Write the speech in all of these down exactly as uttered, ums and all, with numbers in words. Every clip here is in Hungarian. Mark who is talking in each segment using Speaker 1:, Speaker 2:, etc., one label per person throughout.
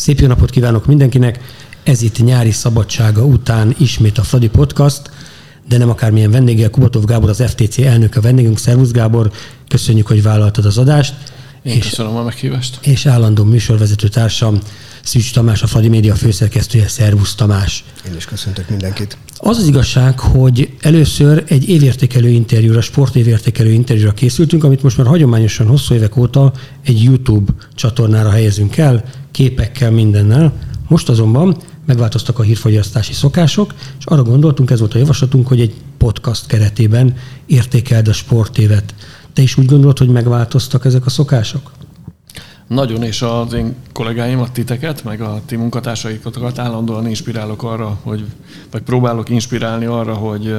Speaker 1: Szép jó napot kívánok mindenkinek! Ez itt nyári szabadsága után ismét a Fradi Podcast, de nem akármilyen vendéggel. Kubatov Gábor, az ef té cé elnöke a vendégünk. Szervusz Gábor, köszönjük, hogy vállaltad az adást.
Speaker 2: Én és, köszönöm a meghívást.
Speaker 1: És állandó műsorvezető társam, Szűcs Tamás, a Fradi Média főszerkesztője. Szervusz Tamás!
Speaker 3: Én is köszöntök mindenkit.
Speaker 1: Az az igazság, hogy először egy évértékelő interjúra, sportévértékelő interjúra készültünk, amit most már hagyományosan hosszú évek óta egy YouTube csatornára helyezünk el, képekkel, mindennel. Most azonban megváltoztak a hírfogyasztási szokások, és arra gondoltunk, ez volt a javaslatunk, hogy egy podcast keretében értékeld a sportévet. Te is úgy gondolod, hogy megváltoztak ezek a szokások?
Speaker 2: Nagyon, és az én kollégáimat, titeket, meg a ti munkatársaikat állandóan inspirálok arra, hogy, vagy próbálok inspirálni arra, hogy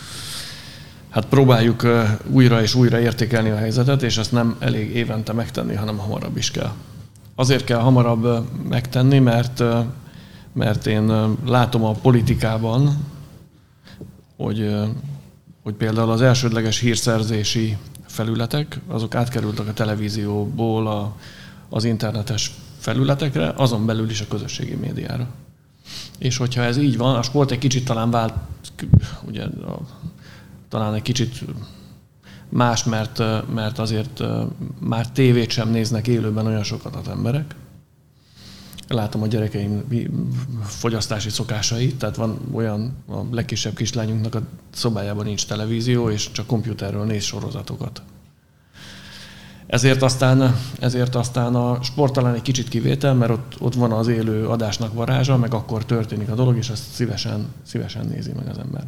Speaker 2: hát próbáljuk újra és újra értékelni a helyzetet, és ezt nem elég évente megtenni, hanem hamarabb is kell. Azért kell hamarabb megtenni, mert, mert én látom a politikában, hogy, hogy például az elsődleges hírszerzési felületek, azok átkerültek a televízióból a, az internetes felületekre, azon belül is a közösségi médiára. És hogyha ez így van, a sport egy kicsit talán vált, ugye, a, talán egy kicsit más, mert, mert azért már tévét sem néznek élőben olyan sokat az emberek. Látom a gyerekeim fogyasztási szokásait, tehát van olyan, a legkisebb kislányunknak a szobájában nincs televízió, és csak komputerről néz sorozatokat. Ezért aztán, ezért aztán a sport talán egy kicsit kivétel, mert ott, ott van az élő adásnak varázsa, meg akkor történik a dolog, és ezt szívesen, szívesen nézi meg az ember.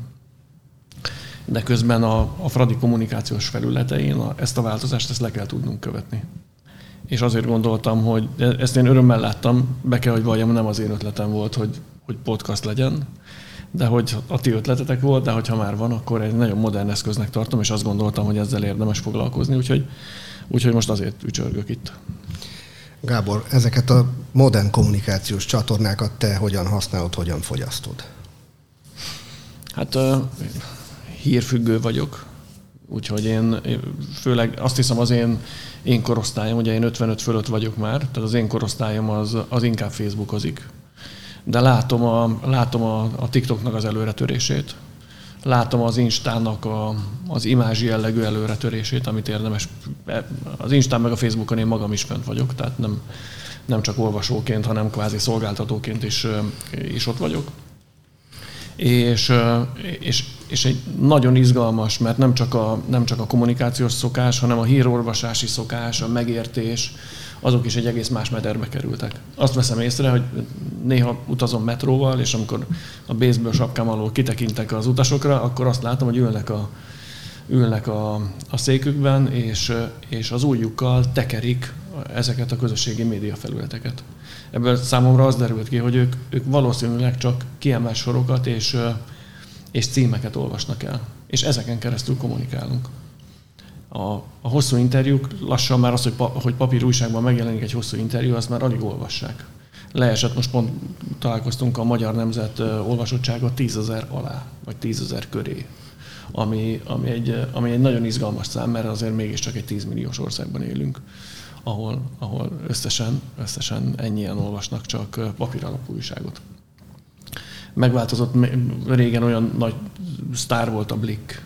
Speaker 2: De közben a, a Fradi kommunikációs felületein a, ezt a változást ezt le kell tudnunk követni. És azért gondoltam, hogy ezt én örömmel láttam, be kell, hogy valljam, nem az én ötletem volt, hogy, hogy podcast legyen, de hogy a ti ötletetek volt, de hogyha már van, akkor egy nagyon modern eszköznek tartom, és azt gondoltam, hogy ezzel érdemes foglalkozni, úgyhogy, úgyhogy most azért ücsörgök itt.
Speaker 3: Gábor, ezeket a modern kommunikációs csatornákat te hogyan használod, hogyan fogyasztod?
Speaker 2: Hát uh, hírfüggő vagyok, úgyhogy én főleg azt hiszem az én, én korosztályom, ugye én ötvenöt fölött vagyok már, tehát az én korosztályom az, az inkább Facebookozik. De látom a, látom a, a TikToknak az előretörését, látom az Instának a, az imázs jellegű előretörését, amit érdemes. Az Instán meg a Facebookon én magam is fent vagyok, tehát nem, nem csak olvasóként, hanem kvázi szolgáltatóként is, is ott vagyok. És, és, és egy nagyon izgalmas, mert nem csak, a, nem csak a kommunikációs szokás, hanem a hírolvasási szokás, a megértés, azok is egy egész más mederbe kerültek. Azt veszem észre, hogy néha utazom metróval, és amikor a baseball sapkám alól kitekintek az utasokra, akkor azt látom, hogy ülnek a, ülnek a, a székükben, és, és az ujjukkal tekerik ezeket a közösségi média felületeket. Ebből számomra az derült ki, hogy ők, ők valószínűleg csak kiemelt sorokat és, és címeket olvasnak el. És ezeken keresztül kommunikálunk. A, a hosszú interjúk, lassan már az, hogy, pa, hogy papír újságban megjelenik egy hosszú interjú, azt már alig olvassák. Leesett, most pont találkoztunk a Magyar Nemzet olvasottsága tízezer alá, vagy tízezer köré. Ami, ami, egy, ami egy nagyon izgalmas szám, mert azért mégiscsak egy tízmilliós országban élünk, ahol, ahol összesen, összesen ennyien olvasnak csak papíralapú újságot. Megváltozott, régen olyan nagy sztár volt a Blick,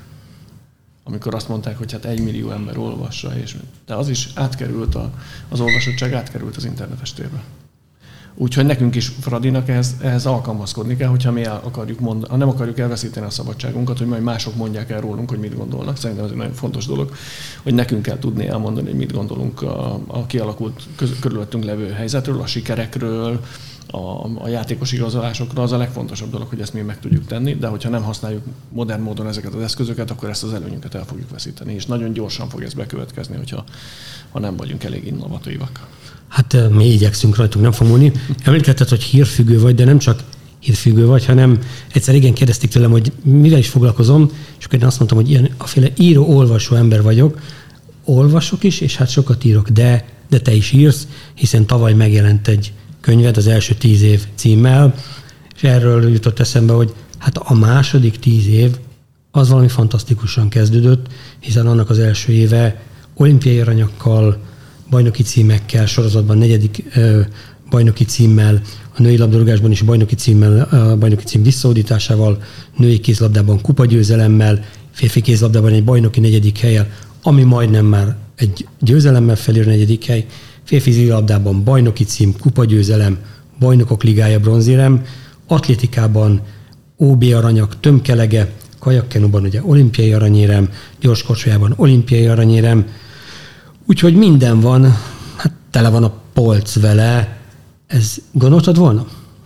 Speaker 2: amikor azt mondták, hogy hát egy millió ember olvassa, és, de az is átkerült, a, az olvasottság átkerült az internetes térbe. Úgyhogy nekünk is, Fradinak ehhez, ehhez alkalmazkodni kell, hogyha mi el akarjuk mondani, ha nem akarjuk elveszíteni a szabadságunkat, hogy majd mások mondják el rólunk, hogy mit gondolnak. Szerintem ez egy nagyon fontos dolog, hogy nekünk kell tudni elmondani, hogy mit gondolunk a, a kialakult köz, körülöttünk levő helyzetről, a sikerekről, a, a játékos igazolásokról. Az a legfontosabb dolog, hogy ezt mi meg tudjuk tenni, de hogyha nem használjuk modern módon ezeket az eszközöket, akkor ezt az előnyünket el fogjuk veszíteni, és nagyon gyorsan fog ez bekövetkezni, hogyha ha nem vagyunk elég innovatívak.
Speaker 1: Hát mi igyekszünk rajtunk, nem fog múlni. Említetted, hogy hírfüggő vagy, de nem csak hírfüggő vagy, hanem egyszer igen kérdezték tőlem, hogy mivel is foglalkozom, és akkor én azt mondtam, hogy ilyen aféle író-olvasó ember vagyok. Olvasok is, és hát sokat írok, de, de te is írsz, hiszen tavaly megjelent egy könyved, az első tíz év címmel, és erről jutott eszembe, hogy hát a második tíz év az valami fantasztikusan kezdődött, hiszen annak az első éve olimpiai aranyakkal, bajnoki címekkel, sorozatban negyedik ö, bajnoki címmel, a női labdarúgásban is bajnoki címmel, a bajnoki cím visszaudításával, női kézlabdában kupagyőzelemmel, férfi kézlabdában egy bajnoki negyedik hellyel, ami majdnem már egy győzelemmel felér negyedik hely, férfi vízilabdában bajnoki cím, kupagyőzelem, bajnokok ligája bronzérem, atlétikában ó bé aranyak, tömkelege, kajakkenúban ugye olimpiai aranyérem, gyorskocsijában olimpiai aranyérem, úgyhogy minden van, hát tele van a polc vele. Ez gondoltad volna?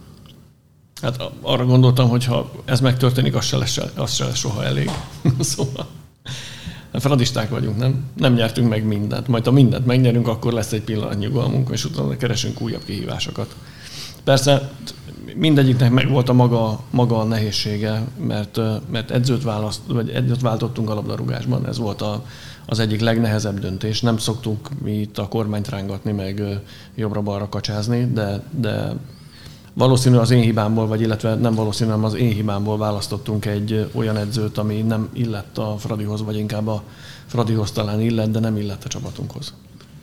Speaker 2: Hát arra gondoltam, hogy ha ez megtörténik, az se lesz, az se lesz soha elég. Szóval fradisták vagyunk, nem? Nem nyertünk meg mindent. Majd ha mindent megnyerünk, akkor lesz egy pillanat nyugalmunk, és utána keresünk újabb kihívásokat. Persze mindegyiknek meg volt a maga, maga a nehézsége, mert, mert edzőt, választ, vagy edzőt váltottunk a labdarúgásban. Ez volt a, az egyik legnehezebb döntés. Nem szoktunk mi itt a kormányt rángatni, meg jobbra-balra kacsázni, de, de valószínű az én hibámból, vagy illetve nem valószínű, hanem az én hibámból választottunk egy olyan edzőt, ami nem illett a Fradihoz, vagy inkább a Fradihoz talán illett, de nem illett a csapatunkhoz.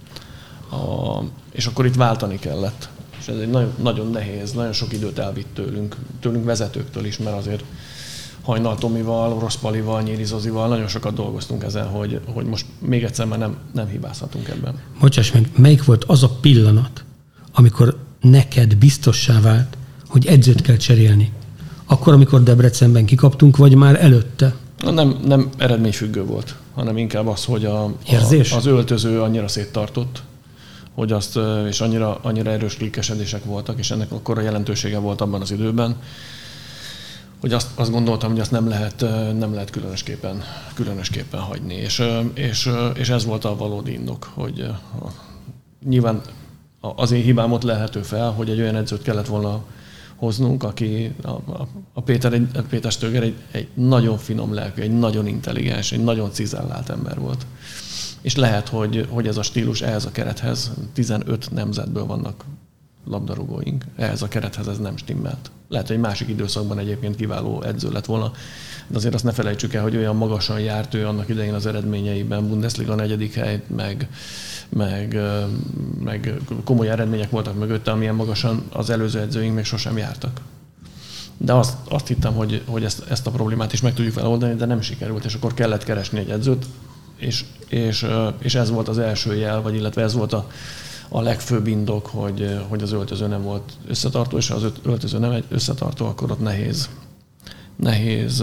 Speaker 2: A, és akkor itt váltani kellett. És ez egy nagyon, nagyon nehéz, nagyon sok időt elvitt tőlünk, tőlünk vezetőktől is, mert azért Hajnal Tomival, Orosz Palival, Nyíri Zozival nagyon sokat dolgoztunk ezen, hogy, hogy most még egyszer már nem, nem hibázhatunk ebben.
Speaker 1: Bocsáss meg, melyik volt az a pillanat, amikor neked biztossá vált, hogy edzőt kell cserélni? Akkor, amikor Debrecenben kikaptunk, vagy már előtte?
Speaker 2: Nem, nem eredményfüggő volt, hanem inkább az, hogy a, a, az öltöző annyira széttartott, hogy azt, és annyira, annyira erős klikkesedések voltak, és ennek akkor a jelentősége volt abban az időben, hogy azt, azt gondoltam, hogy azt nem lehet, nem lehet különösképpen, különösképpen hagyni. És, és, és ez volt a valódi indok, hogy nyilván az én hibámot lehető fel, hogy egy olyan edzőt kellett volna hoznunk, aki a, a, a Péter, egy, a Péter Stöger egy, egy nagyon finom lelkű, egy nagyon intelligens, egy nagyon cizellált ember volt. És lehet, hogy, hogy ez a stílus ehhez a kerethez, tizenöt nemzetből vannak labdarúgóink, ehhez a kerethez ez nem stimmelt. Lehet, hogy egy másik időszakban egyébként kiváló edző lett volna, de azért azt ne felejtsük el, hogy olyan magasan járt ő annak idején az eredményeiben, Bundesliga negyedik hely, meg, meg, meg komoly eredmények voltak mögötte, amilyen magasan az előző edzőink még sosem jártak. De azt, azt hittem, hogy, hogy ezt, ezt a problémát is meg tudjuk feloldani, de nem sikerült, és akkor kellett keresni egy edzőt, és, és, és ez volt az első jel, vagy illetve ez volt a, a legfőbb indok, hogy, hogy az öltöző nem volt összetartó, és ha az öltöző nem egy összetartó, akkor ott nehéz, nehéz,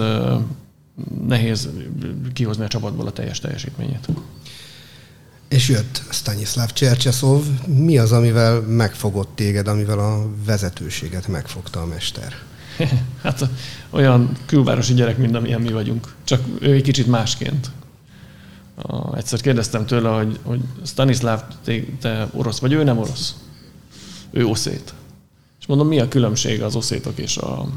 Speaker 2: nehéz kihozni a csapatból a teljes teljesítményét.
Speaker 3: És jött Stanislav Csercseszov. Mi az, amivel megfogott téged, amivel a vezetőséget megfogta a mester?
Speaker 2: Hát olyan külvárosi gyerek, mint amilyen mi vagyunk. Csak ő egy kicsit másként. Egyszer kérdeztem tőle, hogy, hogy Stanislav, te, te orosz vagy, ő nem orosz. Ő oszét. És mondom, mi a különbség az oszétok és, a,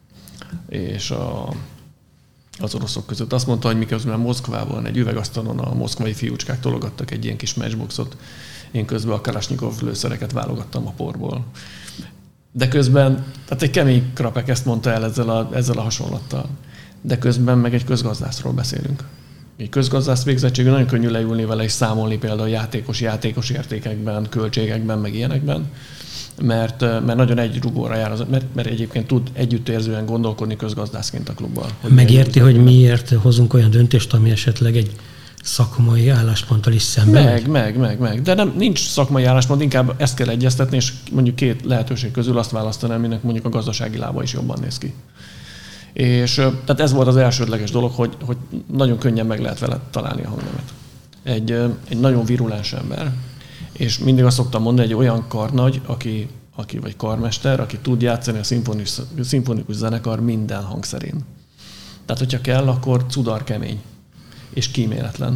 Speaker 2: és a, az oroszok között? Azt mondta, hogy miközben Moszkvában egy üvegasztalon a moszkvai fiúcskák tologattak egy ilyen kis matchboxot, én közben a Kalashnikov lőszereket válogattam a porból. De közben, tehát egy kemény krapek ezt mondta el ezzel a, ezzel a hasonlattal. De közben meg egy közgazdászról beszélünk. Egy közgazdász végzettségű, nagyon könnyű leülni vele és számolni például játékos, játékos értékekben, költségekben, meg ilyenekben, mert, mert nagyon egy rugóra jár, az, mert, mert egyébként tud együttérzően gondolkodni közgazdászként a klubban.
Speaker 1: Megérti, hogy miért hozunk olyan döntést, ami esetleg egy szakmai állásponttal is szemben?
Speaker 2: Meg, meg, meg, meg. De nem, nincs szakmai álláspont, inkább ezt kell egyeztetni, és mondjuk két lehetőség közül azt választani, aminek mondjuk a gazdasági lába is jobban néz ki. És tehát ez volt az elsődleges dolog, hogy, hogy nagyon könnyen meg lehet vele találni a hangnemet. Egy, egy nagyon virulens ember, és mindig azt szoktam mondani, egy olyan karnagy, aki, aki, vagy karmester, aki tud játszani a szimfonikus, szimfonikus zenekar minden hangszerén. Tehát, hogyha kell, akkor cudar kemény, és kíméletlen.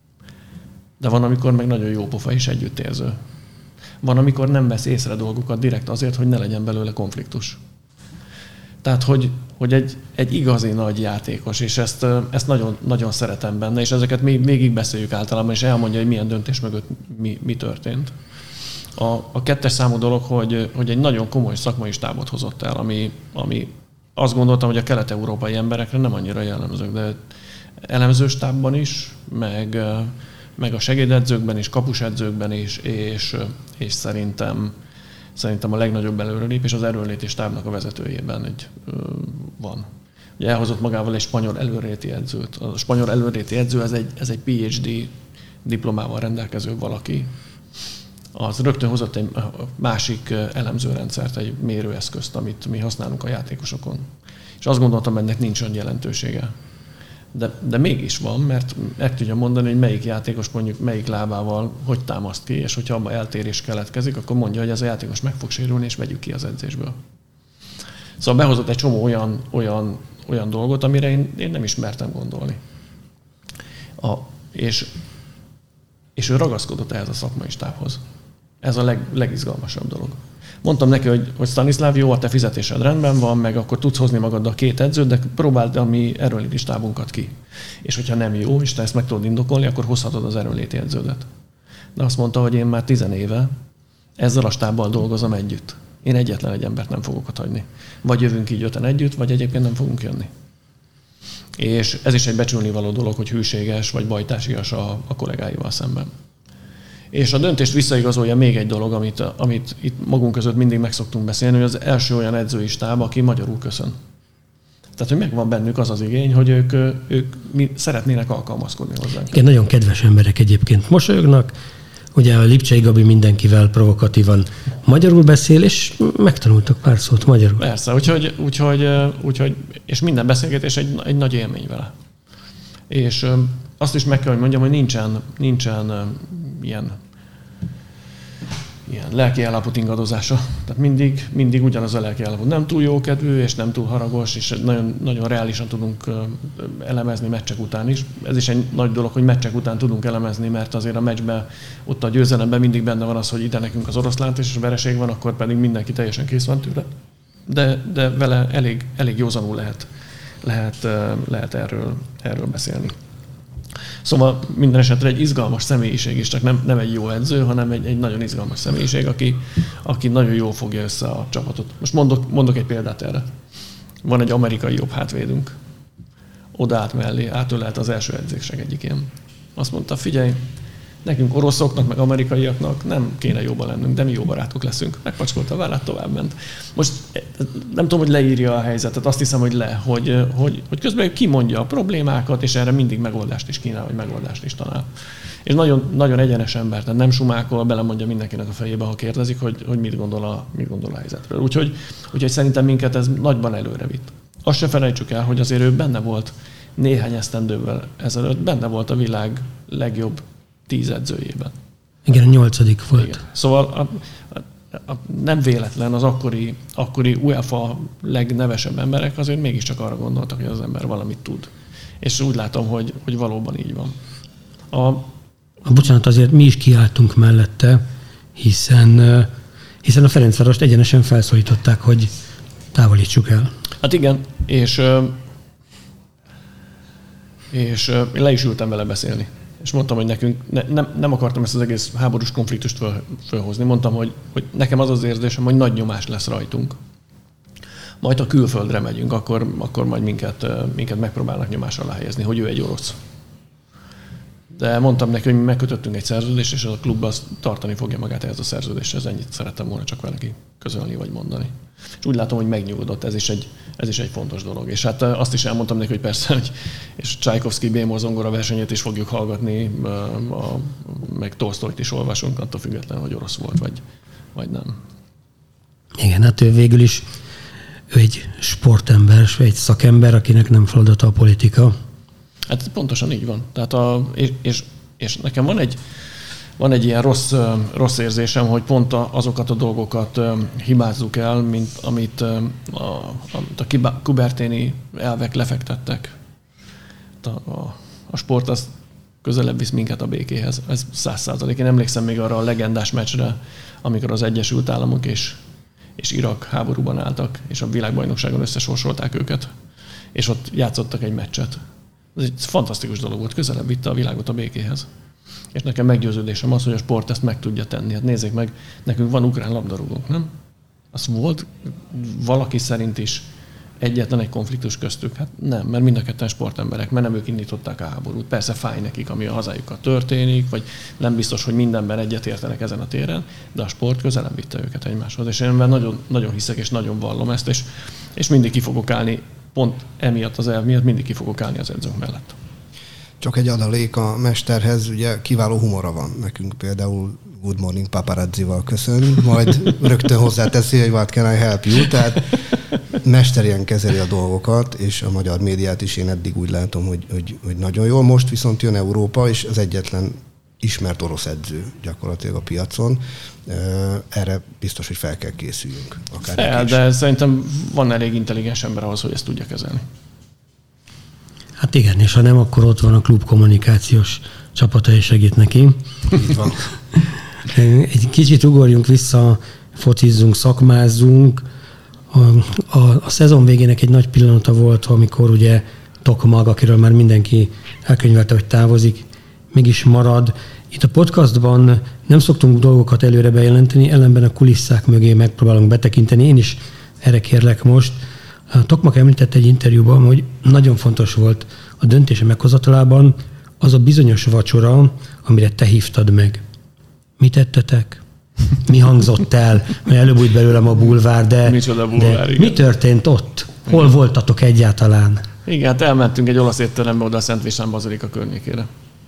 Speaker 2: De van, amikor meg nagyon jó pofa és együttérző. Van, amikor nem vesz észre dolgokat direkt azért, hogy ne legyen belőle konfliktus. Tehát, hogy, hogy egy, egy igazi nagy játékos, és ezt, ezt nagyon, nagyon szeretem benne, és ezeket még végig beszéljük általában, és elmondja, hogy milyen döntés mögött mi, mi történt. A, a kettes számú dolog, hogy, hogy egy nagyon komoly szakmai stábot hozott el, ami, ami azt gondoltam, hogy a kelet-európai emberekre nem annyira jellemzők, de elemzőstábban is, meg, meg a segédedzőkben is, kapusedzőkben is, és, és szerintem szerintem a legnagyobb előrelépés az erőnléti stábnak a vezetőjében egy, ö, van. Ugye elhozott magával egy spanyol előréti edzőt. A spanyol előréti edző ez egy, ez egy pé há dé diplomával rendelkező valaki. Az rögtön hozott egy másik elemzőrendszert, egy mérőeszközt, amit mi használunk a játékosokon. És azt gondoltam, ennek nincs olyan jelentősége. De, de mégis van, mert meg tudja mondani, hogy melyik játékos mondjuk melyik lábával hogy támaszt ki, és hogyha abban eltérés keletkezik, akkor mondja, hogy ez a játékos meg fog sérülni, és vegyük ki az edzésből. Szóval behozott egy csomó olyan, olyan, olyan dolgot, amire én, én nem is mertem gondolni. A, és, és ő ragaszkodott ehhez a szakmai stábhoz. Ez a leg, legizgalmasabb dolog. Mondtam neki, hogy, hogy Stanislav, jó, a te fizetésed rendben van, meg akkor tudsz hozni magaddal két edzőt, de próbáld a mi erőnléti stábunkat ki. És hogyha nem jó, és te ezt meg tudod indokolni, akkor hozhatod az erőnléti edződet. De azt mondta, hogy én már tizenéve ezzel a stábbal dolgozom együtt. Én egyetlen egy embert nem fogok ott hagyni. Vagy jövünk így öten együtt, vagy egyébként nem fogunk jönni. És ez is egy becsülnivaló dolog, hogy hűséges vagy bajtársias a, a kollégáival szemben. És a döntést visszaigazolja még egy dolog, amit, amit itt magunk között mindig meg szoktunk beszélni, hogy az első olyan edzői stáb, aki magyarul köszön. Tehát, hogy megvan bennük az az igény, hogy ők, ők szeretnének alkalmazkodni hozzánk.
Speaker 1: Igen, nagyon kedves emberek egyébként mosolyognak. Ugye a Lipcsei Gabi mindenkivel provokatívan magyarul beszél, és megtanultak pár szót magyarul.
Speaker 2: Persze, úgyhogy, úgyhogy, úgyhogy és minden beszélgetés egy, egy nagy élmény vele. És azt is meg kell, hogy mondjam, hogy nincsen, nincsen ilyen, ilyen lelki állapot ingadozása. Tehát mindig, mindig ugyanaz a lelki állapot. Nem túl jókedvű, és nem túl haragos, és nagyon, nagyon reálisan tudunk elemezni meccsek után is. Ez is egy nagy dolog, hogy meccsek után tudunk elemezni, mert azért a meccsben, ott a győzelemben mindig benne van az, hogy ide nekünk az oroszlánt, és vereség van, akkor pedig mindenki teljesen kész van tőle. De, de vele elég, elég józanul lehet, lehet, lehet erről, erről beszélni. Szóval minden esetre egy izgalmas személyiség is, csak nem, nem egy jó edző, hanem egy, egy nagyon izgalmas személyiség, aki, aki nagyon jól fogja össze a csapatot. Most mondok, mondok egy példát erre. Van egy amerikai jobb hátvédünk. Oda át mellé, átölelt az első edzések egyikén. Azt mondta, figyelj, nekünk oroszoknak, meg amerikaiaknak nem kéne jobban lennünk, de mi jó barátok leszünk. Megpacskolta a vállát, továbbment. Most nem tudom, hogy leírja a helyzetet, azt hiszem, hogy le, hogy, hogy, hogy közben kimondja a problémákat, és erre mindig megoldást is kínál, vagy megoldást is talál. És nagyon, nagyon egyenes ember, tehát nem sumákol, belemondja mindenkinek a fejébe, ha kérdezik, hogy, hogy mit, gondol a, mit gondol a helyzetről. Úgyhogy, úgyhogy szerintem minket ez nagyban előre vitt. Azt se felejtsük el, hogy azért ő benne volt néhány esztendővel ezelőtt, benne volt a világ legjobb tíz edzőjében.
Speaker 1: Igen, a nyolcadik volt. Igen.
Speaker 2: Szóval a, a, a, nem véletlen az akkori, akkori UEFA legnevesebb emberek azért mégiscsak arra gondoltak, hogy az ember valamit tud. És úgy látom, hogy, hogy valóban így van. A,
Speaker 1: a bocsánat, azért mi is kiálltunk mellette, hiszen, hiszen a Ferencvárost egyenesen felszólították, hogy távolítsuk el.
Speaker 2: Hát igen, és, és én le is ültem vele beszélni. És mondtam, hogy nekünk ne, nem, nem akartam ezt az egész háborús konfliktust föl, fölhozni. Mondtam, hogy, hogy nekem az az érzésem, hogy nagy nyomás lesz rajtunk. Majd a külföldre megyünk, akkor, akkor majd minket, minket megpróbálnak nyomás alá helyezni, hogy ő egy orosz. De mondtam neki, hogy mi megkötöttünk egy szerződést, és a klub az tartani fogja magát ehhez a szerződéshez. Ennyit szerettem volna csak vele közölni vagy mondani. És úgy látom, hogy megnyugodott, ez is egy, ez is egy fontos dolog. És hát azt is elmondtam neki, hogy persze, hogy és Csajkovszky B-moll zongora versenyét is fogjuk hallgatni, a, a, meg Tolsztojt is olvasunk, attól függetlenül, hogy orosz volt, vagy, vagy nem.
Speaker 1: Igen, hát ő végül is ő egy sportember, egy szakember, akinek nem feladata a politika.
Speaker 2: Hát pontosan így van. Tehát a, és, és, és nekem van egy, van egy ilyen rossz, rossz érzésem, hogy pont azokat a dolgokat hibázzuk el, mint amit a, amit a kuberténi elvek lefektettek. A, a, a sport az közelebb visz minket a békéhez. Ez száz százalék. Én emlékszem még arra a legendás meccsre, amikor az Egyesült Államok és, és Irak háborúban álltak, és a világbajnokságon összesorsolták őket, és ott játszottak egy meccset. Ez egy fantasztikus dolog volt, közelebb vitte a világot a békéhez. És nekem meggyőződésem az, hogy a sport ezt meg tudja tenni. Hát nézzék meg, nekünk van ukrán labdarúgónk, nem? Az volt valaki szerint is egyetlen egy konfliktus köztük? Hát nem, mert mind a ketten sportemberek, mert nem ők indították a háborút. Persze fáj nekik, ami a hazájukkal történik, vagy nem biztos, hogy mindenben egyetértenek ezen a téren, de a sport közelebb vitte őket egymáshoz. És én nagyon, nagyon hiszek, és nagyon vallom ezt, és, és mindig ki fogok állni, pont emiatt az elv miatt mindig ki fogok állni az edzők mellett.
Speaker 3: Csak egy adalék a mesterhez, ugye kiváló humora van nekünk, például Good Morning Paparazzival köszön, majd rögtön hozzáteszi, hogy what can I help you, tehát mester ilyen kezeli a dolgokat, és a magyar médiát is én eddig úgy látom, hogy, hogy, hogy nagyon jól. Most viszont jön Európa, és az egyetlen ismert orosz edző gyakorlatilag a piacon. Erre biztos, hogy fel kell készüljünk. Akár
Speaker 2: fel, de szerintem van elég intelligens ember ahhoz, hogy ezt tudja kezelni.
Speaker 1: Hát igen, és ha nem, akkor ott van a klub kommunikációs csapata, és segít neki.
Speaker 3: Így van.
Speaker 1: Egy kicsit ugorjunk vissza, focizzunk, szakmázzunk. A, a, a szezon végének egy nagy pillanata volt, amikor ugye Tokmag, akiről már mindenki elkönyvelte, hogy távozik, mégis marad. Itt a podcastban nem szoktunk dolgokat előre bejelenteni, ellenben a kulisszák mögé megpróbálunk betekinteni. Én is erre kérlek most. A Tokmag említett egy interjúban, hogy nagyon fontos volt a döntése meghozatalában az a bizonyos vacsora, amire te hívtad meg. Mit tettetek? Mi hangzott el? Előbb úgy belőlem a bulvár, de,
Speaker 2: Micsoda bulvár,
Speaker 1: de
Speaker 2: igen.
Speaker 1: mi történt ott? Hol igen. voltatok egyáltalán?
Speaker 2: Igen, hát elmentünk egy olasz étterembe oda a Szent István bazilika környékére.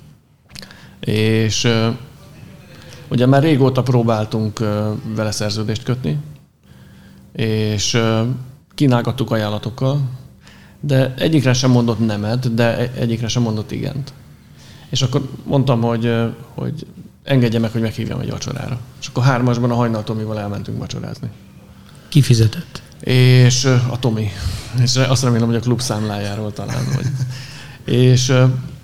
Speaker 2: És uh, ugye már régóta próbáltunk uh, vele szerződést kötni, és uh, kínálgattuk ajánlatokkal, de egyikre sem mondott nemet, de egyikre sem mondott igent. És akkor mondtam, hogy, uh, hogy engedje meg, hogy meghívjam egy vacsorára. És akkor hármasban a Hajnal Tomival elmentünk vacsorázni.
Speaker 1: Ki fizetett?
Speaker 2: És a Tomi. És azt remélem, hogy a klub számlájáról talán. Vagy. és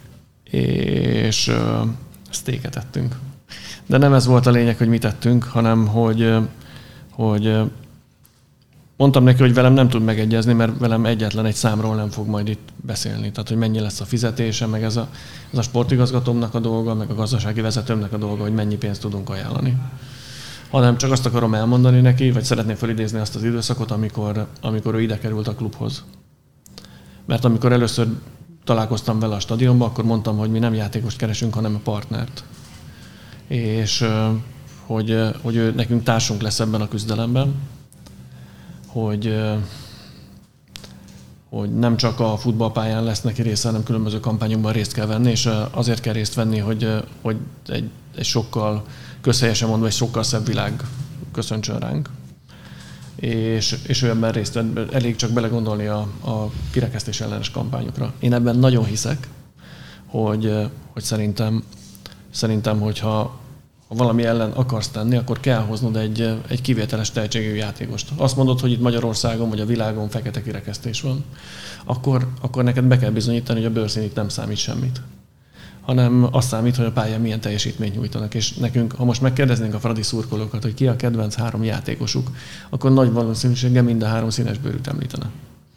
Speaker 2: és sztéket ettünk. De nem ez volt a lényeg, hogy mit tettünk, hanem hogy, hogy mondtam neki, hogy velem nem tud megegyezni, mert velem egyetlen egy számról nem fog majd itt beszélni. Tehát, hogy mennyi lesz a fizetése, meg ez a, ez a sportigazgatómnak a dolga, meg a gazdasági vezetőmnek a dolga, hogy mennyi pénzt tudunk ajánlani. Hanem csak azt akarom elmondani neki, vagy szeretném felidézni azt az időszakot, amikor, amikor ő ide került a klubhoz. Mert amikor először találkoztam vele a stadionban, akkor mondtam, hogy mi nem játékost keresünk, hanem a partnert. És hogy, hogy ő nekünk társunk lesz ebben a küzdelemben, hogy, hogy nem csak a futballpályán lesz neki része, hanem különböző kampányokban részt kell venni, és azért kell részt venni, hogy, hogy egy, egy sokkal, közhelyesen mondva, egy sokkal szebb világ köszöntsön ránk. És, és ő ebben részt vett, elég csak belegondolni a, a kirekesztés ellenes kampányokra. Én ebben nagyon hiszek, hogy, hogy szerintem, szerintem, hogyha ha valami ellen akarsz tenni, akkor kell hoznod egy, egy kivételes tehetségű játékost. Azt mondod, hogy itt Magyarországon vagy a világon fekete kirekesztés van, akkor, akkor neked be kell bizonyítani, hogy a bőrszín itt nem számít semmit. Hanem azt számít, hogy a pályán milyen teljesítményt nyújtanak. És nekünk, ha most megkérdeznénk a fradi szurkolókat, hogy ki a kedvenc három játékosuk, akkor nagy valószínűséggel mind a három színesbőrűt említene.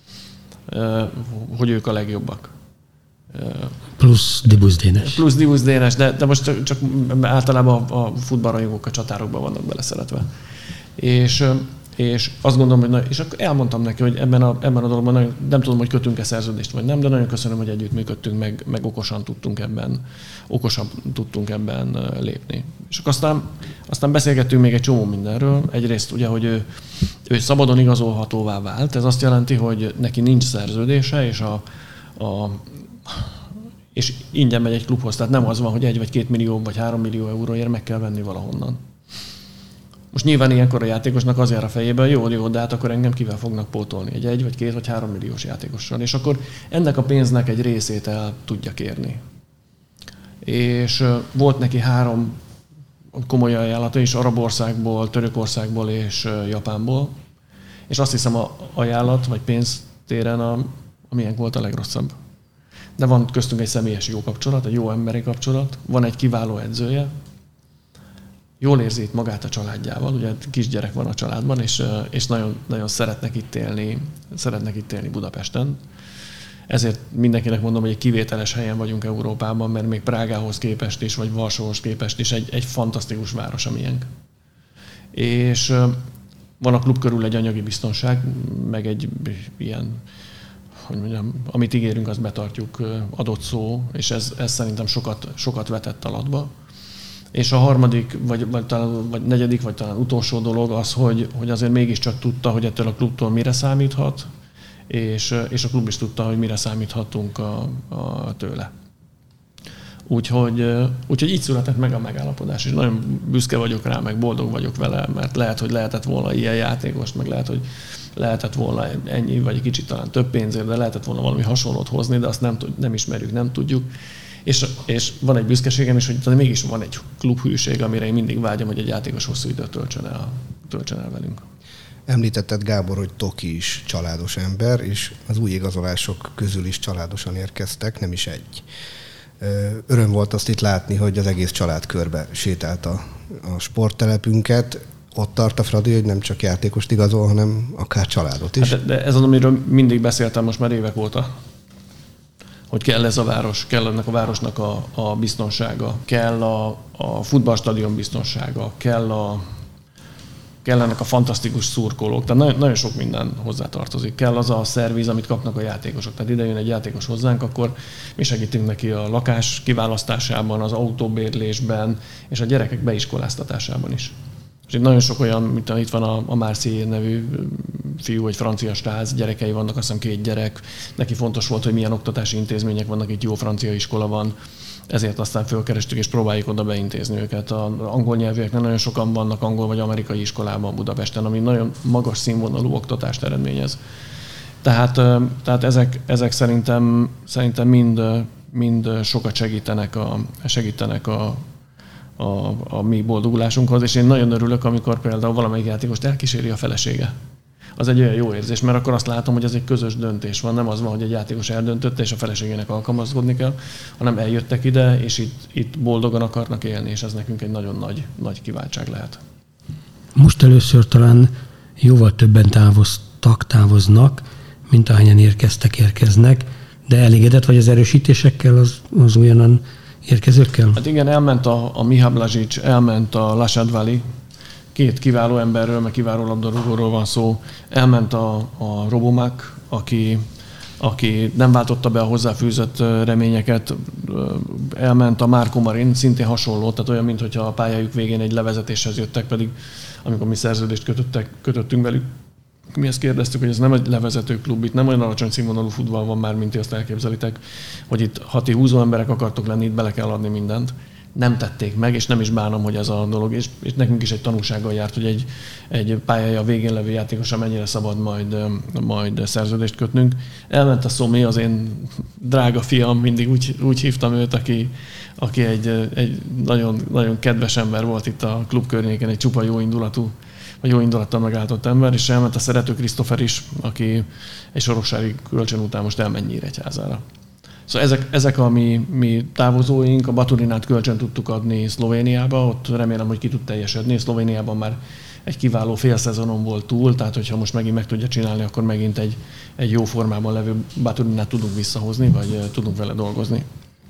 Speaker 2: Hogy ők a legjobbak.
Speaker 1: Plusz Dibusz Dénes.
Speaker 2: Plusz Dibusz Dénes, de, de most csak, csak általában a, a futballrajongók a csatárokban vannak beleszeretve. És, és azt gondolom, hogy és akkor elmondtam neki, hogy ebben a, ebben a dologban nagyon, nem tudom, hogy kötünk-e szerződést, vagy nem, de nagyon köszönöm, hogy együttműködtünk, meg, meg okosan tudtunk ebben, okosan tudtunk ebben lépni. És akkor aztán, aztán beszélgettünk még egy csomó mindenről. Egyrészt ugye, hogy ő, ő szabadon igazolhatóvá vált. Ez azt jelenti, hogy neki nincs szerződése, és a, a és ingyen megy egy klubhoz. Tehát nem az van, hogy egy vagy két millió vagy három millió euróért meg kell venni valahonnan. Most nyilván ilyenkor a játékosnak az jár a fejében, jó, jó, de hát akkor engem kivel fognak pótolni? Egy egy vagy két vagy három milliós játékossal. És akkor ennek a pénznek egy részét el tudja kérni. És volt neki három komoly ajánlata is, Arabországból, Törökországból és Japánból. És azt hiszem a ajánlat vagy pénztéren a, amilyen volt a legrosszabb. De van köztünk egy személyes jó kapcsolat, egy jó emberi kapcsolat, van egy kiváló edzője, jól érzi itt magát a családjával, ugye kisgyerek van a családban, és, és nagyon, nagyon szeretnek itt élni, szeretnek itt élni Budapesten. Ezért mindenkinek mondom, hogy egy kivételes helyen vagyunk Európában, mert még Prágához képest is, vagy Varsóhoz képest is egy, egy fantasztikus város, amilyenk. És van a klub körül egy anyagi biztonság, meg egy ilyen, hogy mondjam, amit ígérünk, azt betartjuk, adott szó, és ez, ez szerintem sokat, sokat vetett alatba. És a harmadik, vagy, vagy, talán, vagy negyedik, vagy talán utolsó dolog az, hogy, hogy azért mégiscsak tudta, hogy ettől a klubtól mire számíthat, és, és a klub is tudta, hogy mire számíthatunk a, a tőle. Úgyhogy, úgyhogy így született meg a megállapodás, és nagyon büszke vagyok rá, meg boldog vagyok vele, mert lehet, hogy lehetett volna ilyen játékost, meg lehet, hogy lehetett volna ennyi, vagy egy kicsit talán több pénzért, de lehetett volna valami hasonlót hozni, de azt nem, nem ismerjük, nem tudjuk. És, és van egy büszkeségem is, hogy mégis van egy klubhűség, amire én mindig vágyom, hogy egy játékos hosszú időt töltsön el, töltsön el velünk.
Speaker 3: Említetted, Gábor, hogy Toki is családos ember, és az új igazolások közül is családosan érkeztek, nem is egy. Öröm volt azt itt látni, hogy az egész család körbe sétált a, a sporttelepünket. Ott tart a Fradi, hogy nem csak játékost igazol, hanem akár családot is.
Speaker 2: Hát de, de ez az, amiről mindig beszéltem most már évek óta. Hogy kell ez a város, kell ennek a városnak a, a biztonsága, kell a, a futballstadion biztonsága, kell, a, kell ennek a fantasztikus szurkolók, tehát nagyon, nagyon sok minden hozzátartozik. Kell az a szerviz, amit kapnak a játékosok. Tehát ide jön egy játékos hozzánk, akkor mi segítünk neki a lakás kiválasztásában, az autóbérlésben, és a gyerekek beiskoláztatásában is. És itt nagyon sok olyan, mint itt van a, a Marseille nevű fiú, egy francia stáz, gyerekei vannak, azt hiszem két gyerek. Neki fontos volt, hogy milyen oktatási intézmények vannak, itt jó francia iskola van, ezért aztán fölkerestük, és próbáljuk oda beintézni őket. Az angol nyelvűeknek nagyon sokan vannak angol vagy amerikai iskolában Budapesten, ami nagyon magas színvonalú oktatást eredményez. Tehát, tehát ezek, ezek szerintem, szerintem mind, mind sokat segítenek a, segítenek a A, a mi boldogulásunkhoz, és én nagyon örülök, amikor például valamelyik játékost elkíséri a felesége. Az egy olyan jó érzés, mert akkor azt látom, hogy ez egy közös döntés van, nem az van, hogy egy játékos eldöntötte, és a feleségének alkalmazkodni kell, hanem eljöttek ide, és itt, itt boldogan akarnak élni, és ez nekünk egy nagyon nagy, nagy kiváltság lehet.
Speaker 1: Most először talán jóval többen távoztak, távoznak, mint ahányan érkeztek, érkeznek, de elégedett vagy az erősítésekkel, az, az olyanan érkezőkkel?
Speaker 2: Hát igen, elment a, a Miha Blažič, elment a Lasadvali, két kiváló emberről, meg kiváló labdarúgóról van szó. Elment a, a Robomak, aki, aki nem váltotta be a hozzáfűzött reményeket. Elment a Marko Marin, szintén hasonló, tehát olyan, mintha a pályájuk végén egy levezetéshez jöttek, pedig amikor mi szerződést kötöttek, kötöttünk velük, mi ezt kérdeztük, hogy ez nem egy levezető klub, itt nem olyan alacsony színvonalú futball van már, mint azt elképzelitek, hogy itt ha ti húzó emberek akartok lenni, itt bele kell adni mindent. Nem tették meg, és nem is bánom, hogy ez a dolog, és, és nekünk is egy tanulsággal járt, hogy egy, egy pályája a végén levő játékosan mennyire szabad majd, majd szerződést kötnünk. Elment a Szomi, az én drága fiam, mindig úgy, úgy hívtam őt, aki, aki egy, egy nagyon, nagyon kedves ember volt itt a klub környéken, egy csupa jó indulatú, vagy jó indulattal megálltott ember, és elment a Szerető Krisztófer is, aki egy sorossári kölcsön után most elmegy Nyíregyházára. Szóval ezek, ezek a mi, mi távozóink, a Baturinát kölcsön tudtuk adni Szlovéniába, ott remélem, hogy ki tud teljesedni. Szlovéniában már egy kiváló félszezonon volt túl, tehát hogyha most megint meg tudja csinálni, akkor megint egy, egy jó formában levő Baturinát tudunk visszahozni, vagy tudunk vele dolgozni.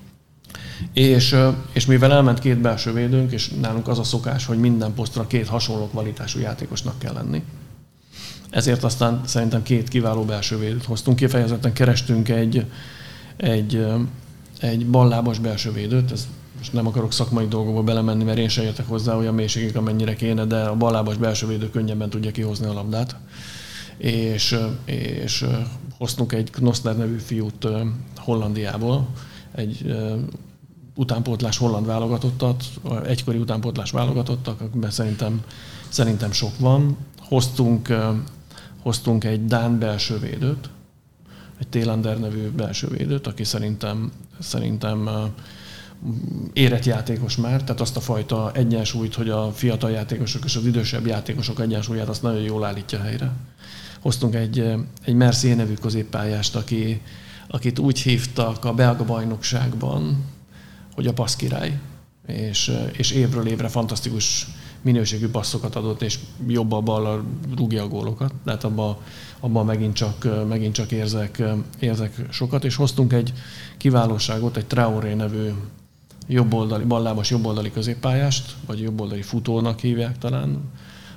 Speaker 2: És, és mivel elment két belső védőnk, és nálunk az a szokás, hogy minden posztra két hasonló kvalitású játékosnak kell lenni. Ezért aztán szerintem két kiváló belső védőt hoztunk. Kifejezetten kerestünk egy, egy, egy ballábas belső védőt. Ez, most nem akarok szakmai dolgokba belemenni, mert én sem értek hozzá olyan mélységig, amennyire kéne, de a ballábas belső védő könnyebben tudja kihozni a labdát. És, és hoztunk egy Knossner nevű fiút Hollandiából, egy utánpótlás holland válogatottat, egykori utánpótlás válogatottak, akikben szerintem, szerintem sok van. Hoztunk, hoztunk egy dán belső védőt, egy Télander nevű belső védőt, aki szerintem, szerintem érett játékos már, tehát azt a fajta egyensúlyt, hogy a fiatal játékosok és az idősebb játékosok egyensúlyát azt nagyon jól állítja helyre. Hoztunk egy, egy Mercier nevű középpályást, aki, akit úgy hívtak a belga bajnokságban, hogy a passzkirály, és, és évről évre fantasztikus minőségű passzokat adott, és jobbal-ballal rúgja a gólokat. Tehát abban abba megint csak, megint csak érzek, érzek sokat, és hoztunk egy kiválóságot, egy Traoré nevű jobboldali, ballábas jobboldali középpályást, vagy jobboldali futónak hívják talán,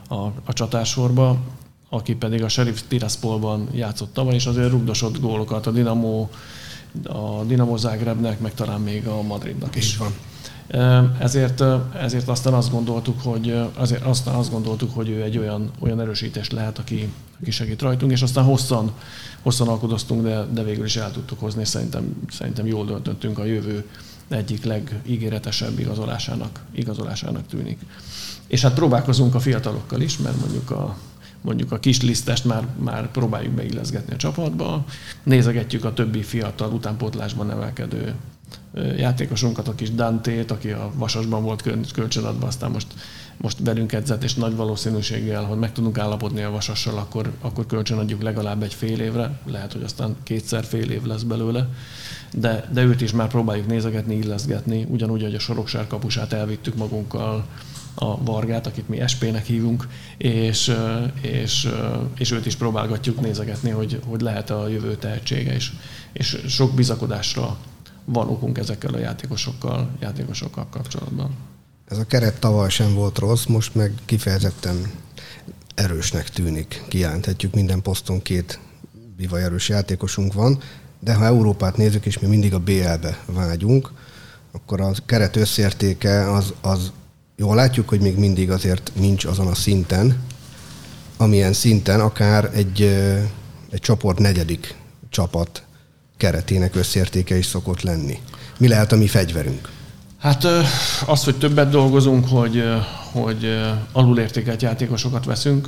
Speaker 2: a, a csatársorba, aki pedig a Sheriff Tiraspolban játszott tavaly, és azért rugdosott gólokat a Dinamo, a Dinamo Zágrebnek, meg talán még a Madridnak is.
Speaker 3: Van.
Speaker 2: Ezért, ezért aztán azt gondoltuk, hogy, azért aztán azt gondoltuk, hogy ő egy olyan, olyan erősítés lehet, aki, aki segít rajtunk, és aztán hosszan, hosszan alkudoztunk, de, de végül is el tudtuk hozni, és szerintem, szerintem jól döntöttünk, a jövő egyik legígéretesebb igazolásának, igazolásának tűnik. És hát próbálkozunk a fiatalokkal is, mert mondjuk a, mondjuk a kis lisztest már, már próbáljuk beilleszgetni a csapatba, nézegetjük a többi fiatal utánpótlásban nevelkedő játékosunkat, a kis Dantét, aki a Vasasban volt kölcsönadva, aztán most, most velünk edzett, és nagy valószínűséggel, hogy meg tudunk állapodni a Vasassal, akkor, akkor kölcsönadjuk legalább egy fél évre, lehet, hogy aztán kétszer fél év lesz belőle, de, de őt is már próbáljuk nézegetni, illeszgetni, ugyanúgy, hogy a Sorokság kapusát elvittük magunkkal, a Vargát, akit mi es pé-nek hívunk, és, és, és őt is próbálgatjuk nézegetni, hogy, hogy lehet a jövő tehetsége, és, és sok bizakodásra van okunk ezekkel a játékosokkal, játékosokkal kapcsolatban.
Speaker 3: Ez a keret tavaly sem volt rossz, most meg kifejezetten erősnek tűnik. Kijelenthetjük, minden poszton két bivaj erős játékosunk van, de ha Európát nézzük, és mi mindig a bé el-be vágyunk, akkor a keret összértéke az, az jól látjuk, hogy még mindig azért nincs azon a szinten, amilyen szinten akár egy, egy csoport negyedik csapat keretének összértéke is szokott lenni. Mi lehet a mi fegyverünk?
Speaker 2: Hát az, hogy többet dolgozunk, hogy, hogy alulértékelt játékosokat veszünk,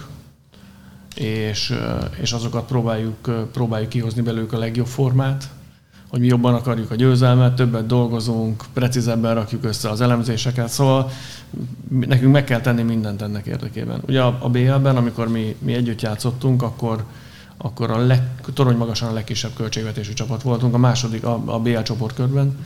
Speaker 2: és, és azokat próbáljuk, próbáljuk kihozni belőlük a legjobb formát, hogy mi jobban akarjuk a győzelmet, többet dolgozunk, precízebben rakjuk össze az elemzéseket, szóval nekünk meg kell tenni mindent ennek érdekében. Ugye a bé el-ben, amikor mi, mi együtt játszottunk, akkor akkor a leg, torony magasan a legkisebb költségvetésű csapat voltunk, a második, a, a bé el csoportkörben.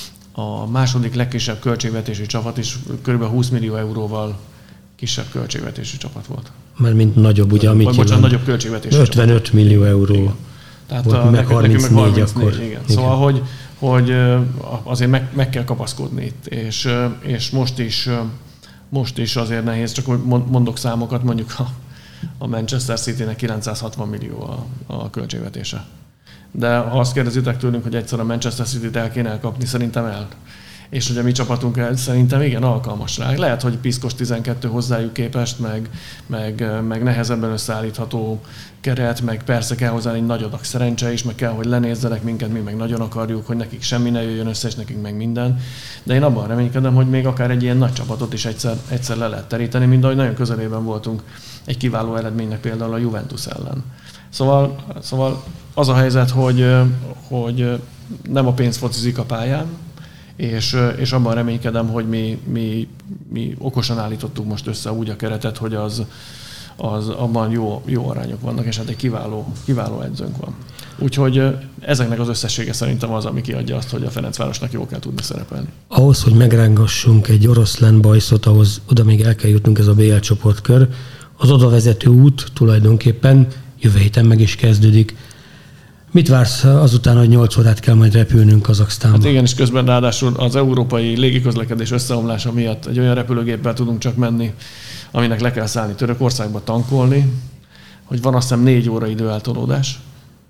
Speaker 2: A második legkisebb költségvetésű csapat is kb. húsz millió euróval kisebb költségvetésű csapat volt.
Speaker 1: Mert mint nagyobb, ugye, amit
Speaker 2: bocsánat, nagyobb költségvetésű
Speaker 1: ötvenöt
Speaker 2: csapat.
Speaker 1: millió euró.
Speaker 2: Igen. Tehát
Speaker 1: volt,
Speaker 2: a,
Speaker 1: meg harmincnégy,
Speaker 2: meg harmincnégy
Speaker 1: akkor.
Speaker 2: Igen.
Speaker 1: Igen.
Speaker 2: Szóval, hogy, hogy azért meg, meg kell kapaszkodni itt, és, és most, is, most is azért nehéz, csak mondok számokat, mondjuk a A Manchester Citynek kilencszázhatvan millió a, a költségvetése. De ha azt kérdezitek tőlünk, hogy egyszer a Manchester Cityt el kéne elkapni, szerintem el. És hogy a mi csapatunk el, szerintem igen, alkalmas rá. Lehet, hogy piszkos tizenkettő hozzájuk képest, meg, meg, meg nehezebben összeállítható keret, meg persze kell hozzá egy nagy adag szerencse is, meg kell, hogy lenézzenek minket, mi meg nagyon akarjuk, hogy nekik semmi ne jöjjön össze, és nekünk meg minden. De én abban reménykedem, hogy még akár egy ilyen nagy csapatot is egyszer, egyszer le lehet teríteni, mint ahogy nagyon közelében voltunk egy kiváló eredménynek például a Juventus ellen. Szóval, szóval az a helyzet, hogy, hogy nem a pénz focizik a pályán, és, és abban reménykedem, hogy mi, mi, mi okosan állítottuk most össze úgy a keretet, hogy az, az abban jó, jó arányok vannak, és hát egy kiváló, kiváló edzőnk van. Úgyhogy ezeknek az összessége szerintem az, ami kiadja azt, hogy a Ferencvárosnak jól kell tudni szerepelni.
Speaker 1: Ahhoz, hogy megrángassunk egy oroszlán bajszot, ahhoz oda még el kell jutnunk, ez a bé el csoportkör. Az oda vezető út tulajdonképpen jövő héten meg is kezdődik. Mit vársz azután, hogy nyolc órát kell majd repülnünk Kazaksztánba?
Speaker 2: Hát igen, és közben ráadásul az európai légiközlekedés összeomlása miatt egy olyan repülőgéppel tudunk csak menni, aminek le kell szállni Törökországba tankolni, hogy van azt hiszem négy óra időeltolódás.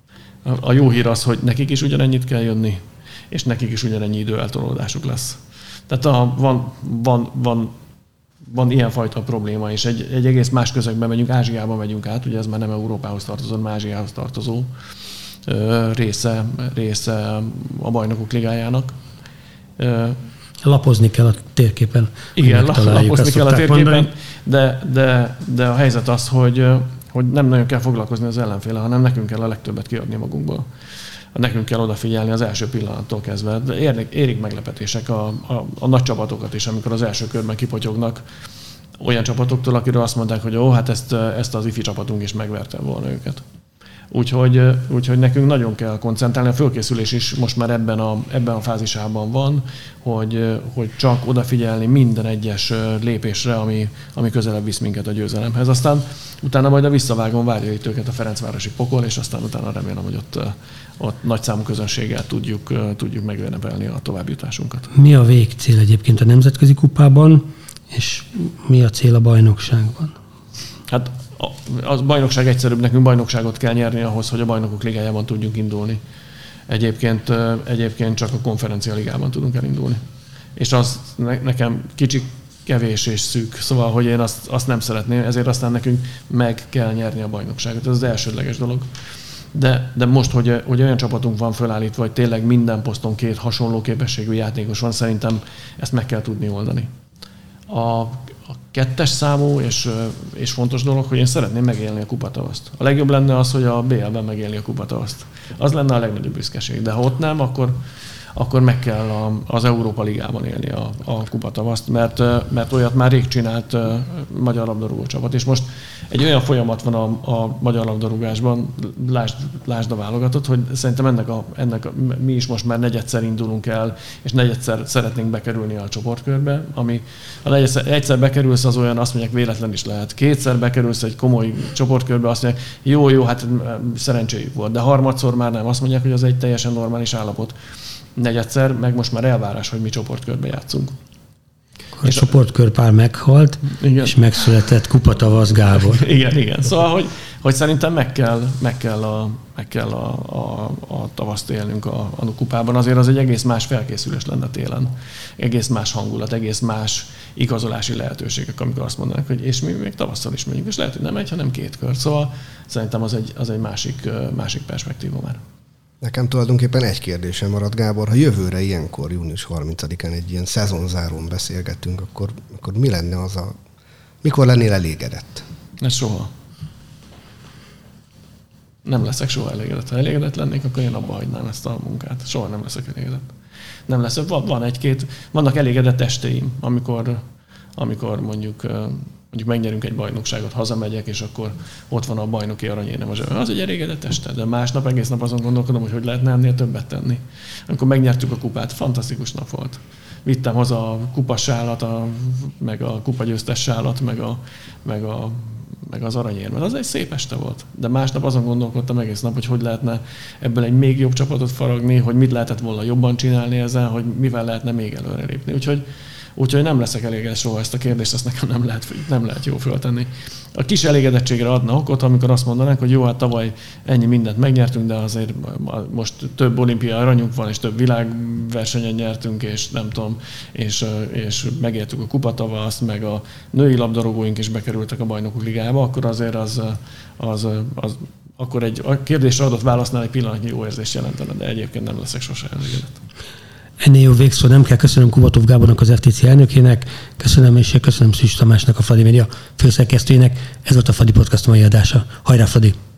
Speaker 2: A jó hír az, hogy nekik is ugyanennyit kell jönni, és nekik is ugyanennyi időeltolódásuk lesz. Tehát a, van, van, van, van ilyenfajta probléma, és egy, egy egész más közegben megyünk, Ázsiába megyünk át, ugye ez már nem Európához tartozó, hanem Ázsiához tartozó része, része a Bajnokok Ligájának.
Speaker 1: Lapozni kell a térképen.
Speaker 2: Igen, lapozni kell a térképen, de, de, de a helyzet az, hogy, hogy nem nagyon kell foglalkozni az ellenféle, hanem nekünk kell a legtöbbet kiadni magunkból. Nekünk kell odafigyelni az első pillanattól kezdve. De érnek, érik meglepetések a, a, a nagy csapatokat is, amikor az első körben kipotyognak olyan csapatoktól, akiről azt mondták, hogy ó, hát ezt, ezt az ifi csapatunk is megverte volna őket. Úgyhogy, úgyhogy nekünk nagyon kell koncentrálni. A fölkészülés is most már ebben a, ebben a fázisában van, hogy, hogy csak odafigyelni minden egyes lépésre, ami, ami közelebb visz minket a győzelemhez. Aztán utána majd a visszavágon várja itt őket a Ferencvárosi pokol, és aztán utána remélem, hogy ott, ott nagy számú közönséggel tudjuk, tudjuk megünnepelni a továbbjutásunkat.
Speaker 1: Mi a végcél egyébként a Nemzetközi Kupában, és mi a cél a bajnokságban?
Speaker 2: Hát a bajnokság egyszerűbb, nekünk bajnokságot kell nyerni ahhoz, hogy a bajnokok ligájában tudjunk indulni. Egyébként, egyébként csak a konferencia ligában tudunk elindulni. És az nekem kicsit kevés és szűk, szóval, hogy én azt, azt nem szeretném, ezért aztán nekünk meg kell nyerni a bajnokságot. Ez az elsődleges dolog. De, de most, hogy, hogy olyan csapatunk van fölállítva, hogy tényleg minden poszton két hasonló képességű játékos van, szerintem ezt meg kell tudni oldani. A, a kettes számú és, és fontos dolog, hogy én szeretném megélni a kupatavaszt. A legjobb lenne az, hogy a bé el-ben megélni a kupatavaszt. Az lenne a legnagyobb büszkeség. De ha ott nem, akkor, akkor meg kell a, az Európa Ligában élni a, a kupatavaszt, mert, mert olyat már rég csinált a magyar labdarúgó csapat. És most egy olyan folyamat van a, a magyar labdarúgásban, lásd, lásd a válogatott, hogy szerintem ennek, a, ennek a, mi is most már negyedszer indulunk el, és negyedszer szeretnénk bekerülni a csoportkörbe, ami ha negyedszer, egyszer bekerülsz, az olyan, azt mondják, véletlen is lehet. Kétszer bekerülsz egy komoly csoportkörbe, azt mondják, jó, jó, hát szerencséjük volt, de harmadszor már nem. Azt mondják, hogy az egy teljesen normális állapot. Negyedszer, meg most már elvárás, hogy mi csoportkörbe játszunk.
Speaker 1: A csoportkörpár meghalt, igen. És megszületett Kupatavasz Gábor.
Speaker 2: Igen, igen. Szóval, hogy, hogy szerintem meg kell, meg kell, a, meg kell a, a, a tavaszt élnünk a, a kupában. Azért az egy egész más felkészülés lenne télen. Egész más hangulat, egész más igazolási lehetőségek, amikor azt mondanak, hogy és mi még tavasszal is megyünk, és lehet, hogy nem egy, hanem két kör. Szóval szerintem az egy, az egy másik, másik perspektíva már.
Speaker 3: Nekem tulajdonképpen egy kérdésem maradt, Gábor. Ha jövőre ilyenkor, június harmincadikán egy ilyen szezonzárón beszélgetünk, akkor, akkor mi lenne az a... Mikor lennél elégedett?
Speaker 2: Ez soha. Nem leszek soha elégedett. Ha elégedett lennék, akkor én abba hagynám ezt a munkát. Soha nem leszek elégedett. Nem lesz. Van, van egy-két... Vannak elégedett estéim, amikor, amikor mondjuk... mondjuk megnyerünk egy bajnokságot, hazamegyek, és akkor ott van a bajnoki aranyérem. Az egy elégedett este, de másnap egész nap azon gondolkodom, hogy hogy lehetne ennél többet tenni. Amikor megnyertük a kupát, fantasztikus nap volt. Vittem haza a kupasálat, a, meg a kupagyőztes sálat, meg, a, meg, a, meg az aranyérmet. Az egy szép este volt. De másnap azon gondolkodtam egész nap, hogy hogy lehetne ebből egy még jobb csapatot faragni, hogy mit lehetett volna jobban csinálni ezzel, hogy mivel lehetne még előrelépni. Úgyhogy Úgyhogy nem leszek elégedett soha, ezt a kérdést, ezt nekem nem lehet, nem lehet jó föltenni. A kis elégedettségre adna okot, amikor azt mondanánk, hogy jó, hát tavaly ennyi mindent megnyertünk, de azért most több olimpiai aranyunk van, és több világversenyen nyertünk, és nem tudom, és, és megértük a kupatavaszt, meg a női labdarúgóink is bekerültek a bajnokok ligájába, akkor azért az, az, az akkor egy a kérdésre adott válasznál egy pillanatnyi jó érzést jelentene, de egyébként nem leszek sose elégedett.
Speaker 1: Ennél jó végszó nem kell. Köszönöm Kubatov Gábornak, az ef té cé elnökének, köszönöm és köszönöm Szűcs Tamásnak, a Fradi Média főszerkesztőjének. Ez volt a Fradi Podcast mai adása. Hajrá, Fradi!